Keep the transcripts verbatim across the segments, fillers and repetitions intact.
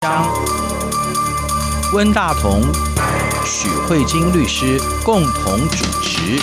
温大同、许慧金律师共同主持。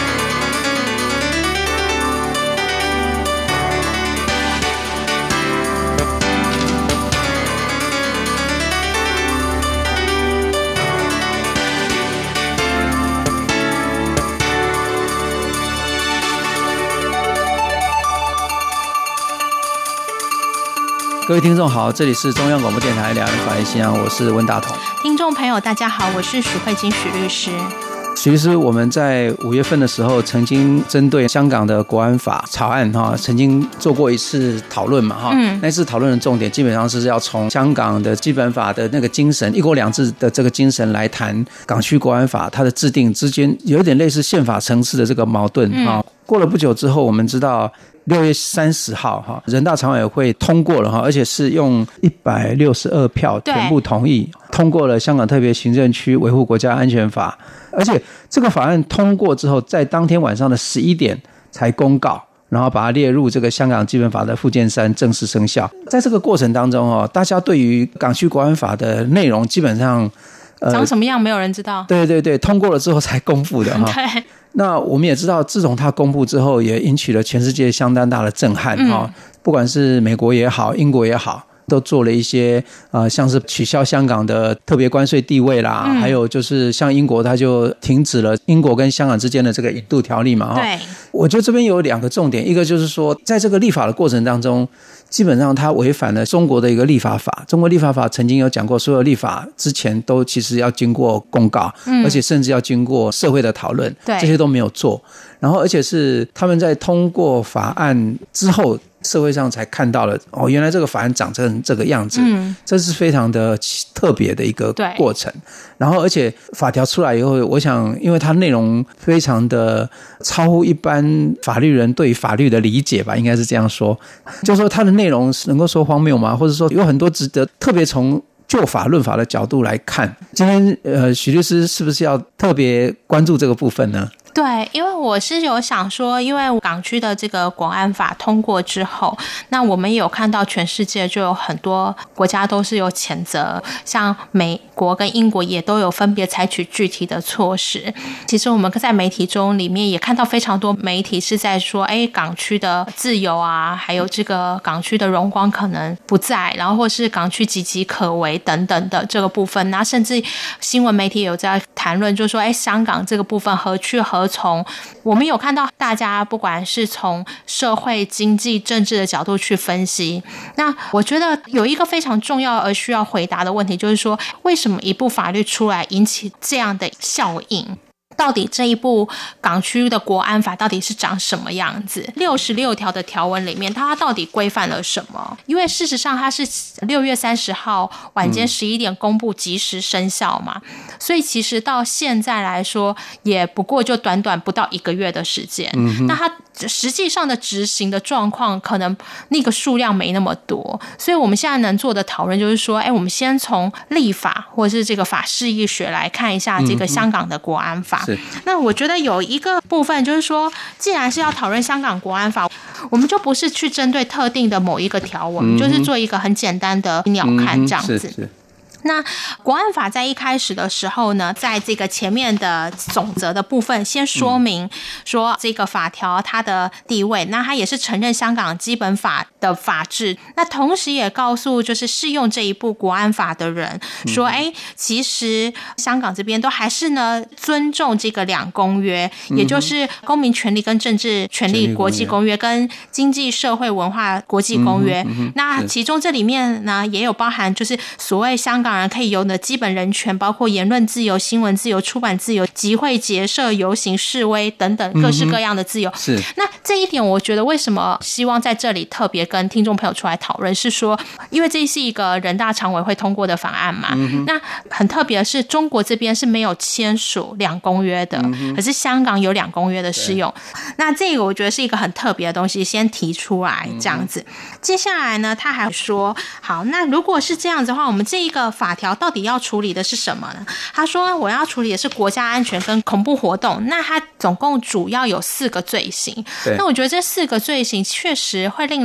各位听众好，这里是中央广播电台两岸法律西洋，我是温大同。 听众朋友大家好，我是许慧金许律师。 其实我们在五月份的时候曾经针对香港的国安法草案哈，曾经做过一次讨论嘛哈。嗯，那次讨论的重点基本上是要从香港的基本法的那个精神，一国两制的这个精神来谈港区国安法它的制定之间有点类似宪法层次的这个矛盾哈。嗯，过了不久之后，我们知道六月三十号哈，人大常委会通过了哈，而且是用一百六十二票全部同意通过了香港特别行政区维护国家安全法，而且这个法案通过之后，在当天晚上的十一点才公告，然后把它列入这个香港基本法的附件三正式生效。在这个过程当中哦，大家对于港区国安法的内容基本上呃长什么样没有人知道。 对对对，通过了之后才公布的哈。对。那我们也知道，自从它公布之后，也引起了全世界相当大的震撼哈、嗯。不管是美国也好，英国也好，都做了一些呃，像是取消香港的特别关税地位啦，嗯、还有就是像英国，它就停止了英国跟香港之间的这个引渡条例嘛哈。对。我觉得这边有两个重点，一个就是说，在这个立法的过程当中，基本上它违反了中国的一个立法法。中国立法法曾经有讲过，所有立法之前都其实要经过公告，嗯、而且甚至要经过社会的讨论，这些都没有做。然后，而且是他们在通过法案之后，社会上才看到了哦，原来这个法案长成这个样子，嗯，这是非常的特别的一个过程。然后，而且法条出来以后，我想，因为它内容非常的超乎一般法律人对法律的理解吧，应该是这样说。就是说，它的内容能够说荒谬吗？或者说有很多值得特别从就法论法的角度来看。今天，呃，许律师是不是要特别关注这个部分呢？ 对，因为我是有想说，因为港区的这个国安法通过之后，那我们也有看到全世界就有很多国家都是有谴责，像美国跟英国也都有分别采取具体的措施。其实我们在媒体中里面也看到非常多媒体是在说，哎，港区的自由啊，还有这个港区的荣光可能不在，然后或是港区岌岌可危等等的这个部分。那甚至新闻媒体有在谈论，就说，哎，香港这个部分何去何从？我们有看到大家不管是从社会、经济、政治的角度去分析。那我觉得有一个非常重要而需要回答的问题，就是说，为什么一部法律出来引起这样的效应？到底这一部港区的国安法到底是长什么样子？六十六条的条文里面，它到底规范了什么？因为事实上它是六月三十号晚间十一点公布，即时生效嘛，嗯、所以其实到现在来说，也不过就短短不到一个月的时间。嗯、那它实际上的执行的状况，可能那个数量没那么多，所以我们现在能做的讨论就是说，哎，我们先从立法或是这个法释义学来看一下这个香港的国安法。嗯、那我觉得有一个部分就是说，既然是要讨论香港国安法，我们就不是去针对特定的某一个条文，嗯、就是做一个很简单的鸟瞰这样子。嗯、是是。那国安法在一开始的时候呢，在这个前面的总则的部分先说明说这个法条它的地位，那它也是承认香港基本法的法治，那同时也告诉就是适用这一部国安法的人说，哎，其实香港这边都还是呢尊重这个两公约，也就是公民权利跟政治权利国际公约跟经济社会文化国际公约。那其中这里面呢也有包含就是所谓香港可以有的基本人权，包括言论自由、新闻自由、出版自由、集会结社、游行示威等等各式各样的自由。嗯、是。那这一点我觉得为什么希望在这里特别跟听众朋友出来讨论，是说因为这是一个人大常委会通过的法案嘛。嗯、那很特别的是中国这边是没有签署两公约的，嗯、可是香港有两公约的适用。那这个我觉得是一个很特别的东西，先提出来这样子。嗯、接下来呢，他还说，好，那如果是这样子的话，我们这一个法条到底要处理的是什么呢？他说我要处理的是国家安全跟恐怖活动，那他总共主要有四个罪行。那我觉得这四个罪行确实会令人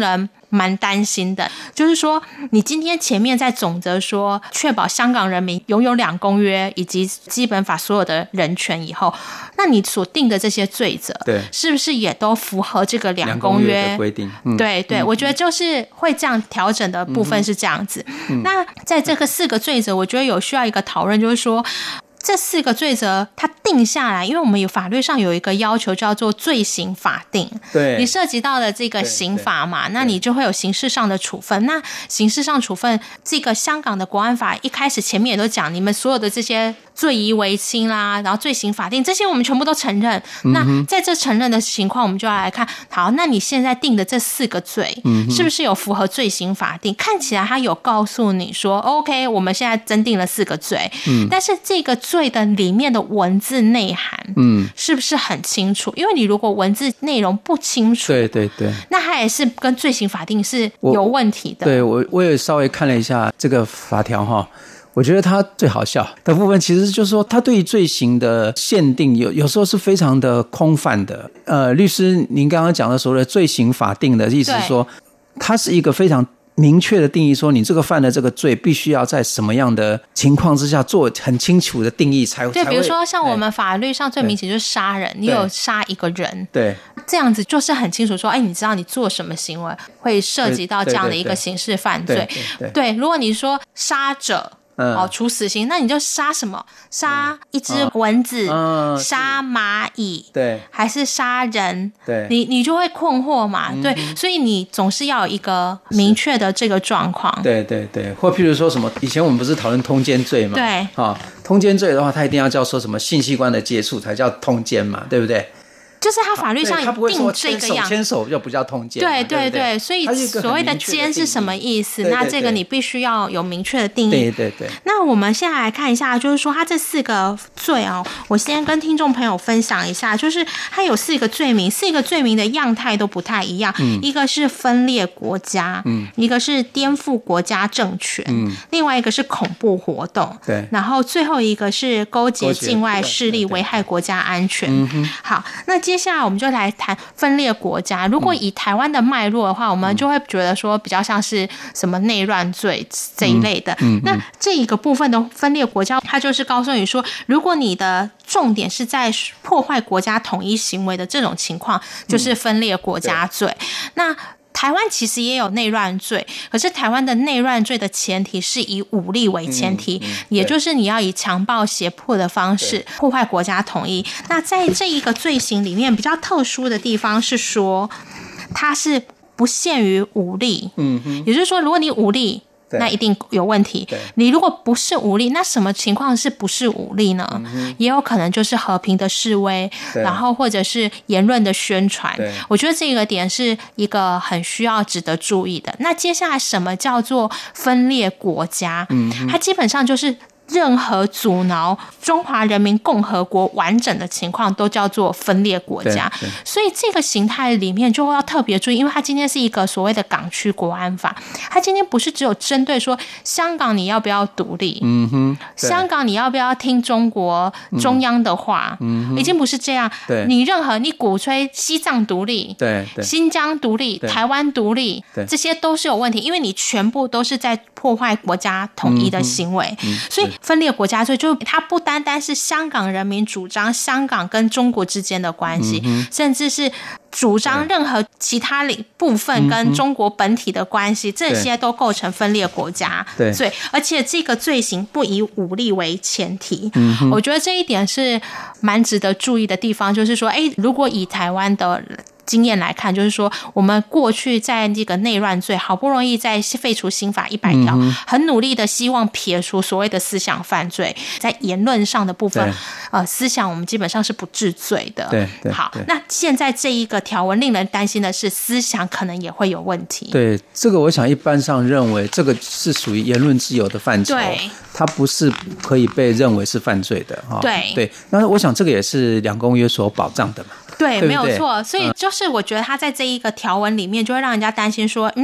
蛮担心的，就是说你今天前面在总则说确保香港人民拥有两公约以及基本法所有的人权以后，那你所定的这些罪责，对，是不是也都符合这个两公约的规定？ 嗯、对对、嗯，我觉得就是会这样调整的部分是这样子。嗯、那在这个四个罪责，我觉得有需要一个讨论，就是说。这四个罪责它定下来，因为我们有法律上有一个要求叫做罪刑法定，对，你涉及到的这个刑罚嘛，那你就会有刑事上的处分。那刑事上处分，这个香港的国安法一开始前面也都讲，你们所有的这些罪疑为轻啦，然后罪刑法定这些我们全部都承认。嗯、那在这承认的情况，我们就要来看，好，那你现在定的这四个罪，嗯、是不是有符合罪刑法定？看起来他有告诉你说 ，OK， 我们现在增定了四个罪，嗯、但是这个罪的里面的文字内涵，嗯，是不是很清楚？因为你如果文字内容不清楚， 对对对， 那它也是跟罪刑法定是有问题的。 对，我我也稍微看了一下这个法条哈。我觉得他最好笑的部分，其实就是说，他对于罪行的限定有有时候是非常的空泛的。呃，律师，您刚刚讲的所谓的罪刑法定的意思是说，它是一个非常明确的定义，说你这个犯的这个罪必须要在什么样的情况之下做很清楚的定义才会。 对，比如说像我们法律上最明显就是杀人，你有杀一个人，对，这样子就是很清楚说，哎，你知道你做什么行为会涉及到这样的一个刑事犯罪。对，对对对对，如果你说杀者。哦，处死刑，那你就杀什么？杀一只蚊子，嗯、杀蚂蚁，对，还是杀人？对，你你就会困惑嘛，嗯、对，所以你总是要有一个明确的这个状况。 对对对，或譬如说什么，以前我们不是讨论通奸罪嘛？ 对， 啊、哦，通奸罪的话，它一定要叫说什么性器官的接触才叫通奸嘛，对不对？ 就是他法律上定这个样， 牵手就不叫通奸。 对对对, 对, 对，所以所谓的奸是什么意思？那这个你必须要有明确的定义。 对对对。 那我们现在来看一下，就是说他这四个罪哦，我先跟听众朋友分享一下，就是他有四个罪名，四个罪名的样态都不太一样。嗯、一个是分裂国家，嗯，一个是颠覆国家政权，嗯，另外一个是恐怖活动，对，然后最后一个是勾结境外势力危害国家安全。嗯、好，那接下来我们就来谈分裂国家。如果以台湾的脉络的话，我们就会觉得说比较像是什么内乱罪这一类的。嗯嗯、那这一个部分的分裂国家，它就是告诉你说，如果你的重点是在破坏国家统一行为的这种情况，就是分裂国家罪。嗯、那台湾其实也有内乱罪，可是台湾的内乱罪的前提是以武力为前提，嗯嗯、也就是你要以强暴胁迫的方式破坏国家统一。那在这一个罪行里面比较特殊的地方是说，它是不限于武力，嗯、也就是说如果你武力那一定有问题。你如果不是武力，那什么情况是不是武力呢？嗯、也有可能就是和平的示威，然后或者是言论的宣传。我觉得这个点是一个很需要值得注意的。那接下来什么叫做分裂国家？嗯、它基本上就是任何阻挠中华人民共和国完整的情况都叫做分裂国家。所以这个形态里面就要特别注意，因为它今天是一个所谓的港区国安法，它今天不是只有针对说香港你要不要独立，嗯哼，香港你要不要听中国中央的话，嗯、已经不是这样。你任何你鼓吹西藏独立，对对，新疆独立，台湾独立，这些都是有问题，因为你全部都是在破坏国家统一的行为。嗯、所以分裂国家罪就它不单单是香港人民主张香港跟中国之间的关系，嗯、甚至是主张任何其他部分跟中国本体的关系，这些都构成分裂国家罪，而且这个罪行不以武力为前提。嗯、我觉得这一点是蛮值得注意的地方，就是说，哎，如果以台湾的经验来看，就是说我们过去在这个内乱罪好不容易在废除刑法一百条，嗯、很努力的希望撇除所谓的思想犯罪，在言论上的部分，呃，思想我们基本上是不治罪的。对对，好，那现在这一个条文令人担心的是，思想可能也会有问题。 对，这个我想一般上认为这个是属于言论自由的范畴，对，它不是可以被认为是犯罪的。哦、对对，那我想这个也是两公约所保障的嘛。 对，对对，没有错。所以就是我觉得他在这一个条文里面就会让人家担心说，嗯，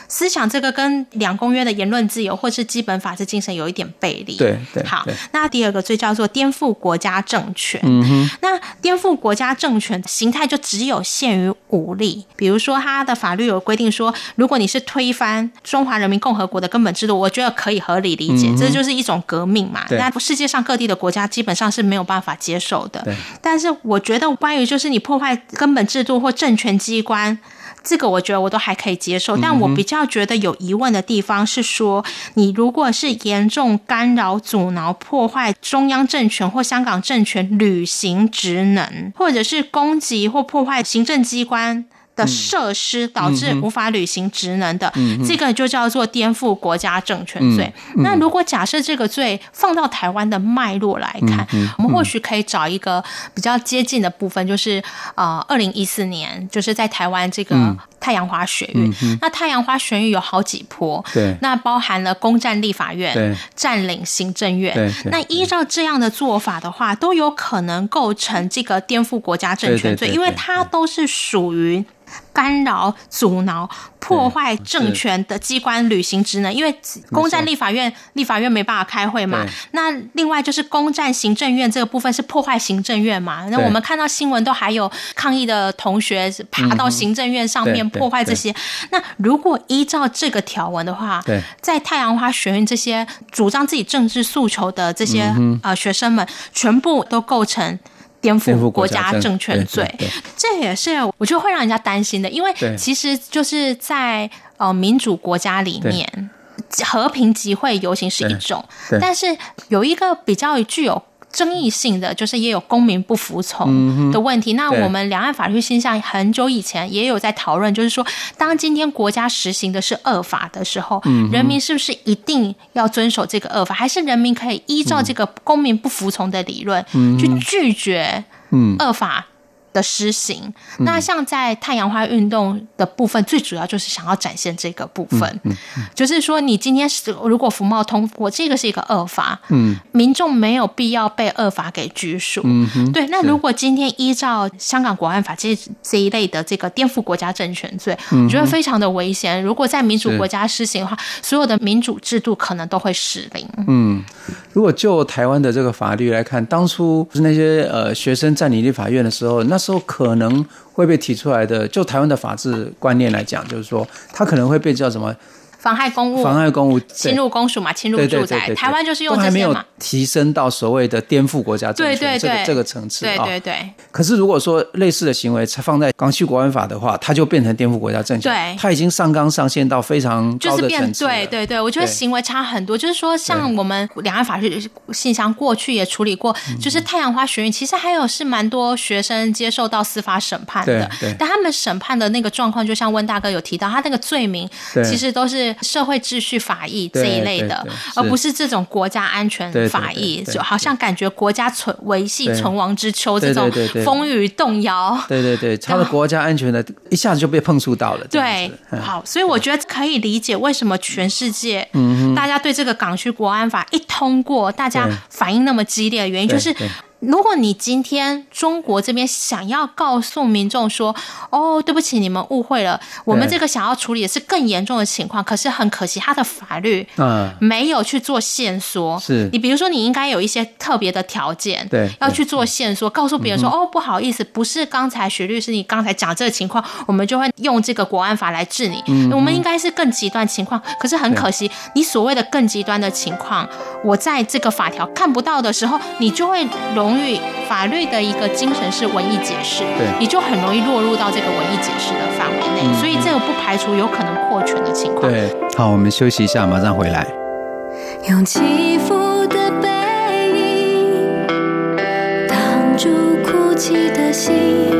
思想这个跟两公约的言论自由或是基本法治精神有一点背离。 对对。 好，那第二个最叫做颠覆国家政权。 嗯哼。 那颠覆国家政权形态就只有限于武力，比如说他的法律有规定说，如果你是推翻中华人民共和国的根本制度，我觉得可以合理理解，嗯、这就是一种革命嘛。那世界上各地的国家基本上是没有办法接受的。但是我觉得关于就是你破坏根本制度或政权机关，这个我觉得我都还可以接受，但我比较觉得有疑问的地方是说，你如果是严重干扰、阻挠、破坏中央政权或香港政权履行职能，或者是攻击或破坏行政机关的设施，导致无法履行职能的，嗯、这个就叫做颠覆国家政权罪。嗯嗯、那如果假设这个罪放到台湾的脉络来看，嗯嗯、我们或许可以找一个比较接近的部分，就是呃，二零一四年，就是在台湾这个太阳花学运。嗯、那太阳花学运有好几波，对，那包含了攻占立法院、占领行政院。那依照这样的做法的话，都有可能构成这个颠覆国家政权罪，因为它都是属于干扰、阻挠、破坏政权的机关履行职能，因为攻占立法院，立法院没办法开会嘛。那另外就是攻占行政院这个部分是破坏行政院嘛。那我们看到新闻都还有抗议的同学爬到行政院上面破坏这些。那如果依照这个条文的话，在太阳花学运这些主张自己政治诉求的这些、嗯、呃学生们，全部都构成颠覆国家政权罪，对对对，这也是我觉得会让人家担心的，因为其实就是在呃民主国家里面，和平集会游行是一种，但是有一个比较具有争议性的，就是也有公民不服从的问题。嗯、那我们两岸法律现象很久以前也有在讨论，就是说，当今天国家实行的是恶法的时候，嗯、人民是不是一定要遵守这个恶法，还是人民可以依照这个公民不服从的理论、嗯、去拒绝恶法的施行？嗯、那像在太阳花运动的部分，最主要就是想要展现这个部分，嗯嗯嗯、就是说你今天如果服贸通过，这个是一个恶法，嗯、民众没有必要被恶法给拘束。嗯、对，那如果今天依照香港国安法这这一类的这个颠覆国家政权罪，嗯、我觉得非常的危险。如果在民主国家施行的话，所有的民主制度可能都会失灵。 嗯，如果就台湾的这个法律来看，当初不是那些呃学生占领立法院的时候，那时候可能会被提出来的，就台湾的法治观念来讲，就是说他可能会被叫什么妨害公务、 妨害公务、 侵入公署嘛，侵入住宅。对对对对对，台湾就是用这些嘛，都还没有提升到所谓的颠覆国家政权对对对这个这个层次。 对对对。 哦、可是如果说类似的行为放在港区国安法的话，它就变成颠覆国家政权。对，它已经上纲上线到非常高的层次了。 对对对，我觉得行为差很多。就是说，像我们两岸法律信箱过去也处理过，就是太阳花学运，其实还有是蛮多学生接受到司法审判的。对对。但他们审判的那个状况，就像温大哥有提到，他那个罪名其实都是社会秩序法益这一类的，而不是这种国家安全法益，就好像感觉国家存维系存亡之秋这种风雨动摇。 对对对，他的国家安全的一下子就被碰触到了。 对，好，所以我觉得可以理解为什么全世界大家对这个港区国安法一通过，大家反应那么激烈的原因就是。如果你今天中国这边想要告诉民众说，哦，对不起，你们误会了，我们这个想要处理的是更严重的情况，可是很可惜，他的法律没有去做限缩。是，你比如说，你应该有一些特别的条件，对，要去做限缩，告诉别人说，哦，不好意思，不是刚才许律师你刚才讲这个情况，我们就会用这个国安法来治你。嗯、我们应该是更极端情况，可是很可惜，你所谓的更极端的情况，我在这个法条看不到的时候，你就会容易法律的一个精神是文艺解释，你就很容易落入到这个文艺解释的范围内，嗯、所以这个不排除有可能扩权的情况。 对，好，我们休息一下，马上回来。 用起伏的背影挡住哭泣的心，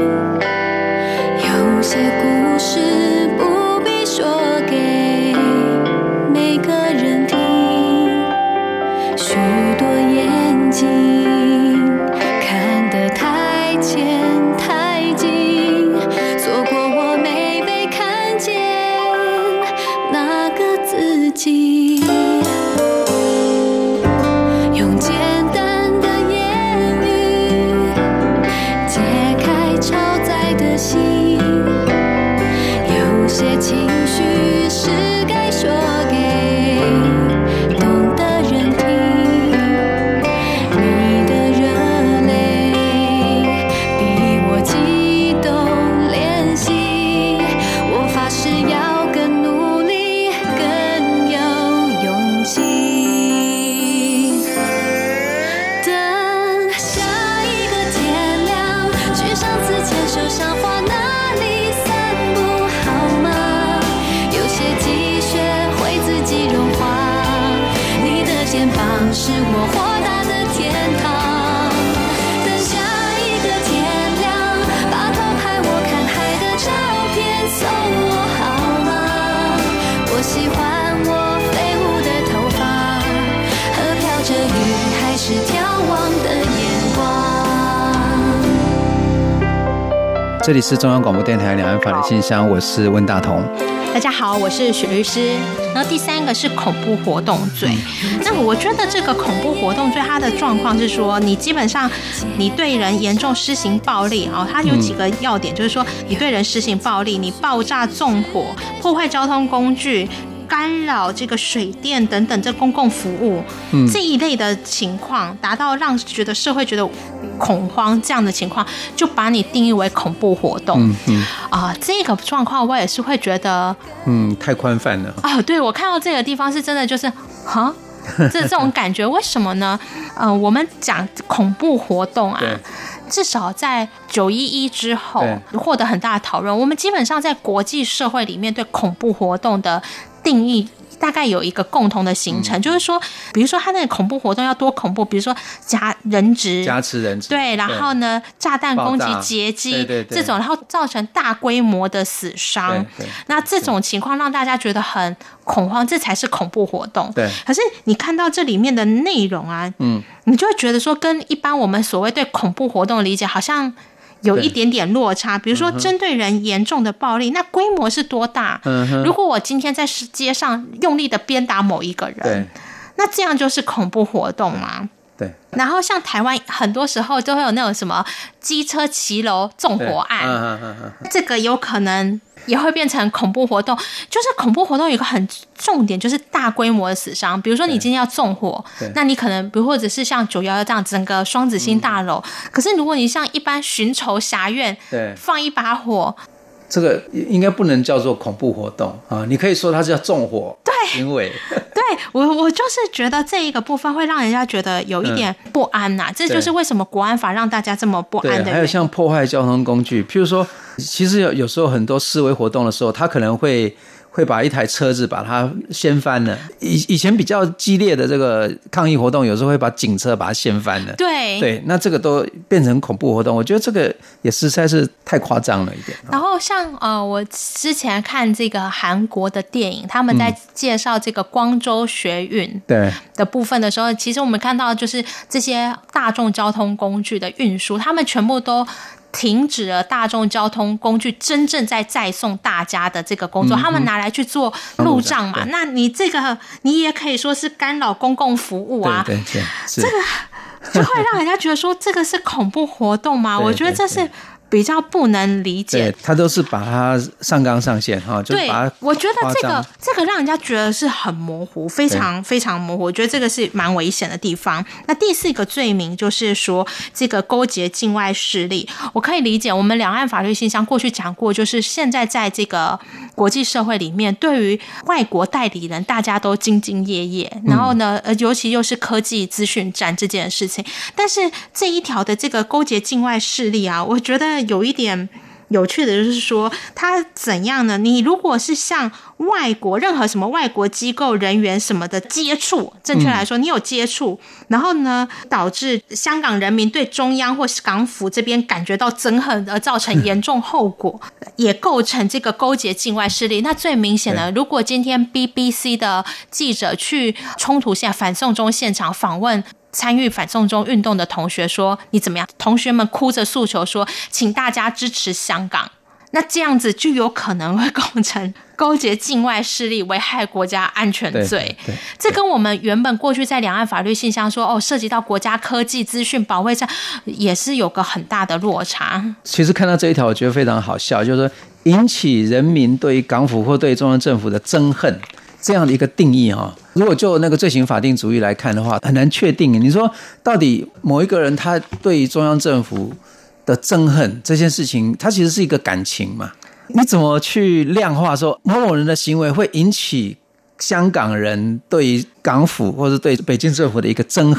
有些故事不必说给每个人听，许多眼睛用简单的言语解开超载的心，有些情绪是肩膀是我豁达的天堂。等下一个天亮，把偷拍我看海的照片送我好吗？我喜欢我飞舞的头发和飘着雨还是眺望的眼光。 这里是中央广播电台两岸法律信箱，我是温大同。 大家好，我是许律师。然后第三个是恐怖活动罪。那我觉得这个恐怖活动罪，它的状况是说，你基本上你对人严重施行暴力啊，它有几个要点，就是说你对人施行暴力，你爆炸、纵火、破坏交通工具、干扰这个水电等等这公共服务、嗯、这一类的情况，达到让觉得社会觉得恐慌这样的情况，就把你定义为恐怖活动。嗯嗯啊、呃，这个状况我也是会觉得， 嗯，太宽泛了啊、呃。对，我看到这个地方是真的就是哈，这这种感觉，为什么呢？呃，我们讲恐怖活动啊。至少在九一一之后获得很大的讨论。我们基本上在国际社会里面对恐怖活动的定义大概有一个共同的形成、嗯、就是说比如说他那个恐怖活动要多恐怖，比如说加人质加持人质， 对，然后呢炸弹攻击劫机，对对对，这种然后造成大规模的死伤，那这种情况让大家觉得很恐慌，这才是恐怖活动。对，可是你看到这里面的内容啊，嗯，你就会觉得说跟一般我们所谓对恐怖活动的理解好像有一点点落差。比如说针对人严重的暴力，那规模是多大？如果我今天在街上用力的鞭打某一个人，那这样就是恐怖活动吗？对。然后像台湾很多时候都会有那种什么机车骑楼纵火案，这个有可能也会变成恐怖活动。就是恐怖活动有一个很重点，就是大规模的死伤。比如说你今天要纵火，那你可能比如或者是像九一一这样整个双子星大楼、嗯、可是如果你像一般寻仇侠院放一把火， 这个应该不能叫做恐怖活动啊，你可以说它是叫纵火行为。 对，我我就是觉得这一个部分会让人家觉得有一点不安呐、啊嗯，这就是为什么国安法让大家这么不安的原因。 还有像破坏交通工具，譬如说，其实有有时候很多示威活动的时候，他可能会。会把一台车子把它掀翻了。以以前比较激烈的这个抗议活动，有时候会把警车把它掀翻了。 对对，那这个都变成恐怖活动，我觉得这个也实在是太夸张了一点。 然后像呃，我之前看这个韩国的电影，他们在介绍这个光州学运对的部分的时候，其实我们看到就是这些大众交通工具的运输，他们全部都停止了大众交通工具真正在载送大家的这个工作、嗯、他们拿来去做路障嘛，那你这个你也可以说是干扰公共服务啊，对对对，这个就会让人家觉得说这个是恐怖活动吗？我觉得这是比较不能理解。 对，他都是把它上纲上线哈，就把它， 我觉得这个这个让人家觉得是很模糊，非常非常模糊。我觉得这个是蛮危险的地方。那第四个罪名就是说这个勾结境外势力，我可以理解，我们两岸法律信箱过去讲过，就是现在在这个国际社会里面，对于外国代理人大家都兢兢业业，然后呢，呃，尤其又是科技资讯战这件事情，但是这一条的这个勾结境外势力啊，我觉得有一点有趣的就是说他怎样呢？你如果是向外国任何什么外国机构人员什么的接触，正确来说你有接触、嗯、然后呢导致香港人民对中央或是港府这边感觉到憎恨而造成严重后果、嗯、也构成这个勾结境外势力。那最明显的，如果今天 B B C 的记者去冲突现反送中现场访问参与反送中运动的同学说你怎么样，同学们哭着诉求说请大家支持香港，那这样子就有可能会构成勾结境外势力危害国家安全罪。这跟我们原本过去在两岸法律信箱说哦，涉及到国家科技资讯保卫上也是有个很大的落差。 其实看到这一条我觉得非常好笑，就是说引起人民对于港府或对中央政府的憎恨这样的一个定义哈，如果就那个罪刑法定主义来看的话，很难确定。你说到底某一个人他对于中央政府的憎恨这件事情，它其实是一个感情嘛？你怎么去量化说某某人的行为会引起香港人对于港府或者对北京政府的一个憎恨？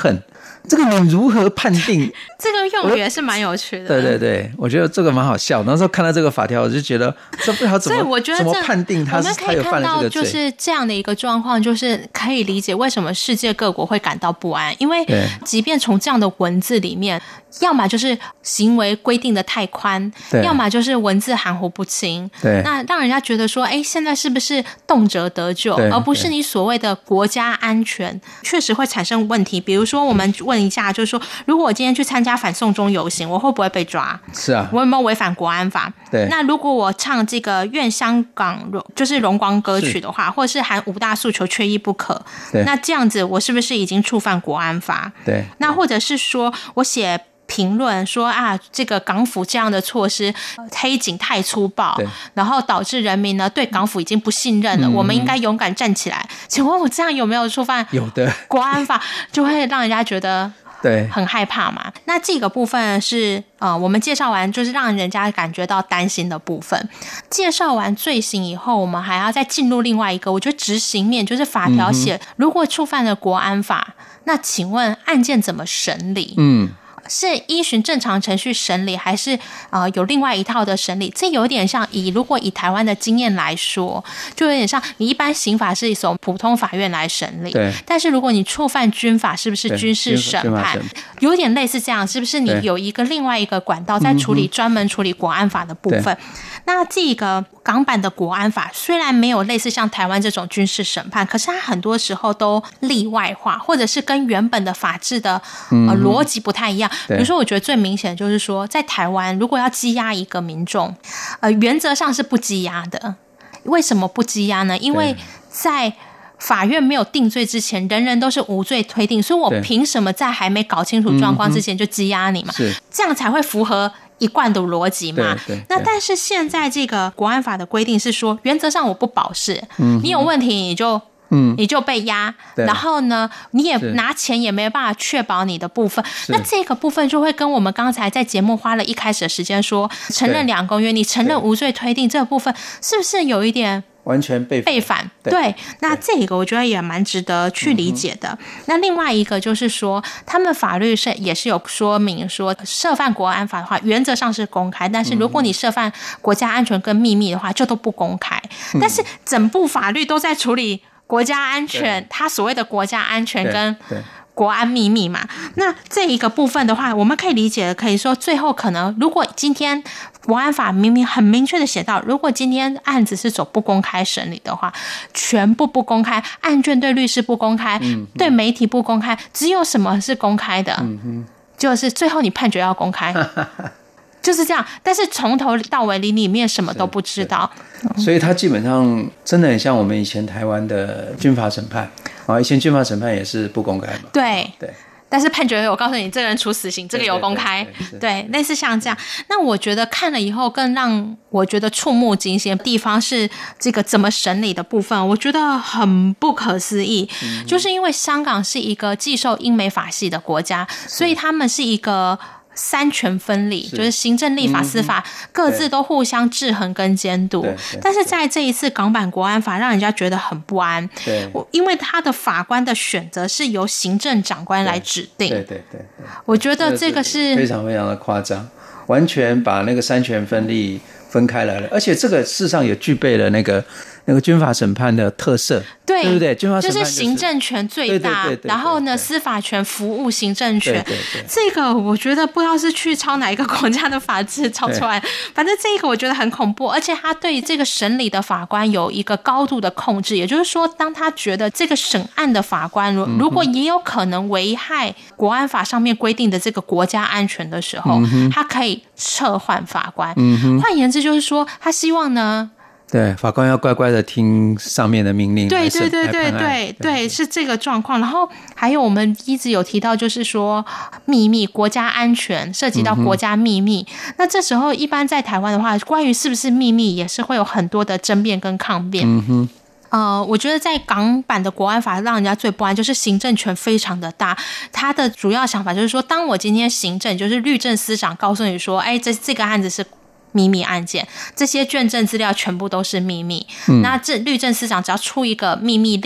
这个你如何判定？ 这个用语也是蛮有趣的。 对对对，我觉得这个蛮好笑。那时候看到这个法条，我就觉得这不知道怎么， 所以我觉得怎么判定他是他有犯了这个罪。 我们可以看到就是这样的一个状况，就是可以理解为什么世界各国会感到不安，因为即便从这样的文字里面，要么就是行为规定的太宽，要么就是文字含糊不清， 对， 那让人家觉得说，哎，现在是不是动辄得咎，而不是你所谓的国家安全，确实会产生问题。比如说，我们问一下，就是说，如果我今天去参加反送中游行，我会不会被抓？ 是啊， 我有没有违反国安法？ 对。 那如果我唱这个愿香港就是荣光歌曲的话，或者是喊五大诉求缺一不可，那这样子我是不是已经触犯国安法？ 对。 那或者是说我写评论说啊，这个港府这样的措施黑警太粗暴，然后导致人民呢对港府已经不信任了，嗯、我们应该勇敢站起来。请问我这样有没有触犯有的国安法？就会让人家觉得对很害怕嘛。那这个部分是呃，我们介绍完就是让人家感觉到担心的部分。介绍完罪行以后，我们还要再进入另外一个，我觉得执行面就是法条写，嗯、如果触犯了国安法，那请问案件怎么审理？嗯。是依循正常程序审理，还是呃有另外一套的审理？这有点像以如果以台湾的经验来说，就有点像你一般刑法是从普通法院来审理，对。但是如果你触犯军法，是不是军事审判？有点类似这样，是不是你有一个另外一个管道在处理专门处理国安法的部分？那这个港版的国安法虽然没有类似像台湾这种军事审判，可是它很多时候都例外化，或者是跟原本的法治的呃逻辑不太一样。比如说，我觉得最明显就是说，在台湾如果要羁押一个民众，呃，原则上是不羁押的。为什么不羁押呢？因为在法院没有定罪之前，人人都是无罪推定，所以我凭什么在还没搞清楚状况之前就羁押你嘛？嗯、这样才会符合一贯的逻辑嘛。那但是现在这个国安法的规定是说，原则上我不保释，嗯、你有问题你就。嗯，你就被压，然后呢，你也拿钱也没办法确保你的部分，那这个部分就会跟我们刚才在节目花了一开始的时间说，承认两公约，你承认无罪推定这个部分，是不是有一点完全背背反？对，对那这个我觉得也蛮值得去理解的。嗯、那另外一个就是说，他们法律是也是有说明说，涉犯国安法的话，原则上是公开，但是如果你涉犯国家安全跟秘密的话，就都不公开。嗯、但是整部法律都在处理国家安全，他所谓的国家安全跟国安秘密嘛，那这一个部分的话，我们可以理解的，可以说最后可能，如果今天国安法明明很明确的写到，如果今天案子是走不公开审理的话，全部不公开，案卷对律师不公开，嗯、对媒体不公开，只有什么是公开的？嗯、就是最后你判决要公开。就是这样，但是从头到尾你里面什么都不知道， 所以它基本上真的很像我们以前台湾的军法审判啊，以前军法审判也是不公开嘛。 对对，但是判决我告诉你，这个人处死刑，这个有公开，对, 对, 对, 对, 对，类似像这样。那我觉得看了以后，更让我觉得触目惊心的地方是这个怎么审理的部分，我觉得很不可思议。嗯、就是因为香港是一个既受英美法系的国家，所以他们是一个三权分立，是就是行政、立法、司法、嗯、各自都互相制衡跟监督。但是在这一次港版国安法，让人家觉得很不安。对，因为他的法官的选择是由行政长官来指定。对对 对, 对，我觉得这个是非常非常的夸张，完全把那个三权分立分开来了，而且这个事实上也具备了那个那个军法审判的特色，对，对不对？军法审判、就是、 就是行政权最大，对对对对对对，然后呢，司法权服务行政权。对对对，这个我觉得不知道是去抄哪一个国家的法制抄出来，反正这个我觉得很恐怖，而且他对这个审理的法官有一个高度的控制，也就是说，当他觉得这个审案的法官如果也有可能危害国安法上面规定的这个国家安全的时候，嗯、他可以撤换法官。嗯、换言之，就是说，他希望呢。 对，法官要乖乖的听上面的命令。 对对对对对对，是这个状况。然后还有我们一直有提到，就是说秘密、国家安全涉及到国家秘密。嗯、那这时候一般在台湾的话，关于是不是秘密，也是会有很多的争辩跟抗辩。嗯哼。呃，我觉得在港版的国安法让人家最不安，就是行政权非常的大。他的主要想法就是说，当我今天行政就是律政司长告诉你说，哎，这这个案子是秘密案件，这些卷证资料全部都是秘密。嗯、那这律政司长只要出一个秘密令，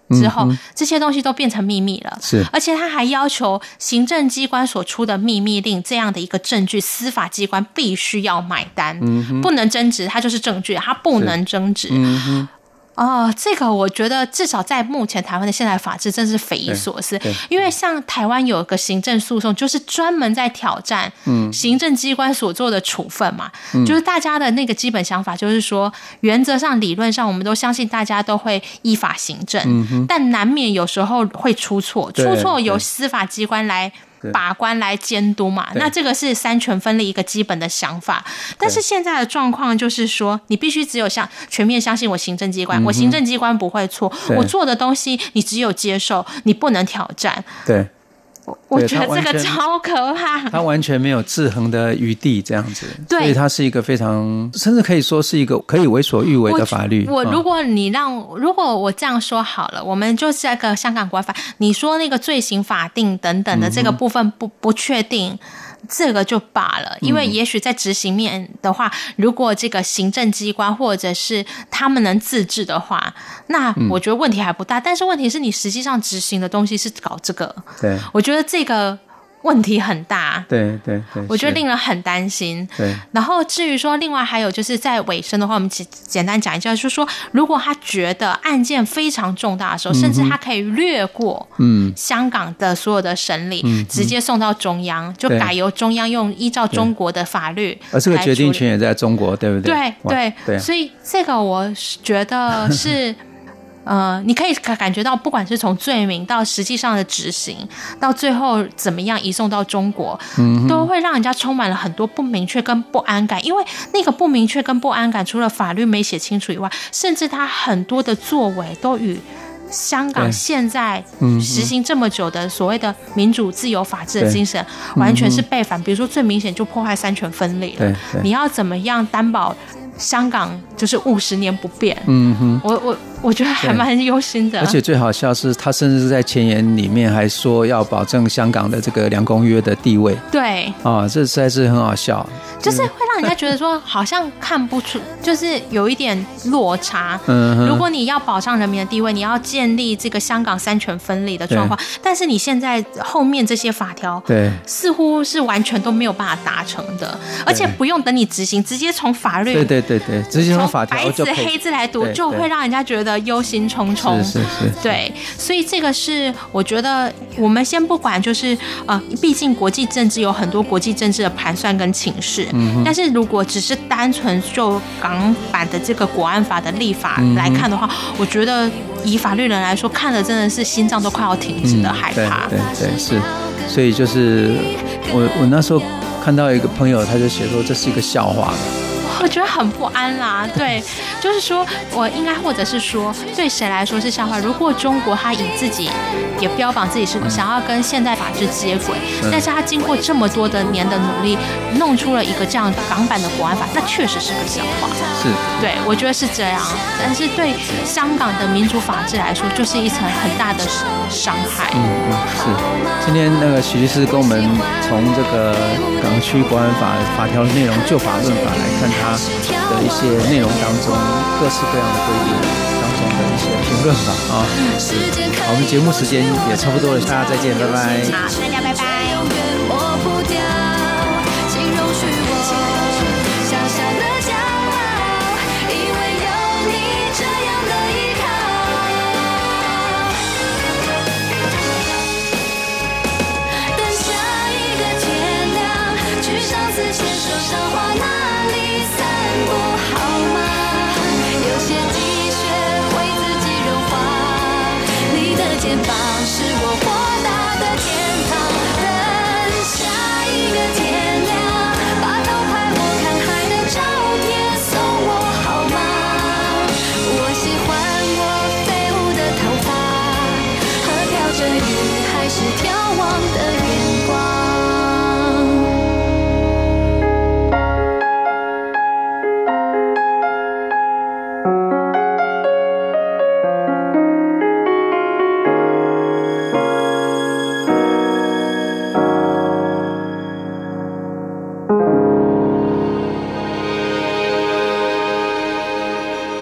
之后， 嗯、 这些东西都变成秘密了。 是， 而且他还要求行政机关所出的秘密令这样的一个证据，司法机关必须要买单， 嗯、 不能争执，它就是证据，它不能争执。 嗯哦，这个我觉得至少在目前台湾的现代法治真是匪夷所思，因为像台湾有个行政诉讼，就是专门在挑战行政机关所做的处分嘛，嗯、就是大家的那个基本想法就是说，原则上理论上我们都相信大家都会依法行政，嗯、但难免有时候会出错，出错由司法机关来把关来监督嘛，那这个是三权分立一个基本的想法。但是现在的状况就是说，你必须只有相全面相信我行政机关，嗯、我行政机关不会错，我做的东西你只有接受，你不能挑战。 对。 我觉得这个超可怕， 他完全没有制衡的余地，这样子， 对， 所以它是一个非常，甚至可以说是一个可以为所欲为的法律。 我, 我如果你让，如果我这样说好了，我们就是那个香港国安法，你说那个罪行法定等等的这个部分不不确定。这个就罢了，因为也许在执行面的话，如果这个行政机关或者是他们能自治的话，那我觉得问题还不大。但是问题是你实际上执行的东西是搞这个， 对，我觉得这个问题很大， 对对对， 我觉得令人很担心。 对， 然后至于说，另外还有就是在尾声的话，我们简简单讲一下，就是说，如果他觉得案件非常重大的时候，嗯、甚至他可以略过嗯香港的所有的审理，嗯、直接送到中央，就改由中央用依照中国的法律， 而这个决定权也在中国，对不对？ 对对对、啊，所以这个我觉得是。呃，你可以感觉到，不管是从罪名到实际上的执行，到最后怎么样移送到中国，嗯、都会让人家充满了很多不明确跟不安感。因为那个不明确跟不安感，除了法律没写清楚以外，甚至他很多的作为都与香港现在实行这么久的所谓的民主、自由、法治的精神完全是背反。比如说，最明显就破坏三权分立了。你要怎么样担保香港就是五十年不变？嗯哼，我我我觉得还蛮忧心的。 而且最好笑是，他甚至是在前言里面还说要保证香港的这个两公约的地位。 对啊，这实在是很好笑， 就是会让人家觉得说好像看不出，就是有一点落差。嗯，如果你要保障人民的地位，你要建立这个香港三权分立的状况，但是你现在后面这些法条，对，似乎是完全都没有办法达成的，而且不用等你执行，直接从法律， 对对对对，直接从法条就白纸黑字来读，就会让人家觉得忧心忡忡。 是是是， 对，所以这个是我觉得我们先不管，就是呃，毕竟国际政治有很多国际政治的盘算跟情势，嗯，但是如果只是单纯就港版的这个国安法的立法来看的话，嗯、我觉得以法律人来说，看了真的是心脏都快要停止的害怕。 嗯、对对对，是，所以就是我我那时候看到一个朋友，他就写说这是一个笑话。 我觉得很不安啦，对，就是说我应该或者是说对谁来说是笑话？如果中国他以自己也标榜自己是想要跟现代法治接轨，嗯、但是他经过这么多的年的努力，弄出了一个这样港版的国安法，那确实是个笑话。 是， 对，我觉得是这样。但是对香港的民主法治来说，就是一层很大的伤害。 嗯嗯，是。今天那个许律师跟我们从这个港区国安法法条的内容、就法论法来看它的一些内容当中各式各样的规定当中的一些评论吧啊，是。好，我们节目时间也差不多了，大家再见，拜拜。 好，大家拜拜。 肩膀是我豁达的天。